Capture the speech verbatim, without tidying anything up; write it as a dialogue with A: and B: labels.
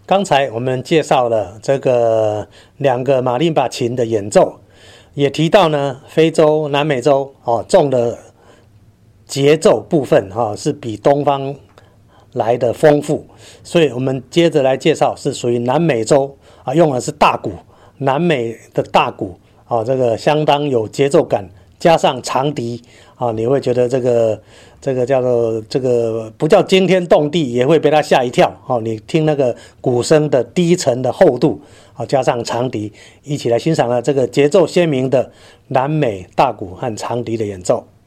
A: 刚才我们介绍了这个两个马林巴琴的演奏，也提到呢，非洲、南美洲哦重的节奏部分哈、哦、是比东方来的丰富，所以我们接着来介绍是属于南美洲啊，用的是大鼓，南美的大鼓啊，这个相当有节奏感，加上长笛啊，你会觉得这个这个叫做这个不叫惊天动地，也会被它吓一跳哦。你听那个鼓声的低沉的厚度啊，加上长笛，一起来欣赏了这个节奏鲜明的南美大鼓和长笛的演奏。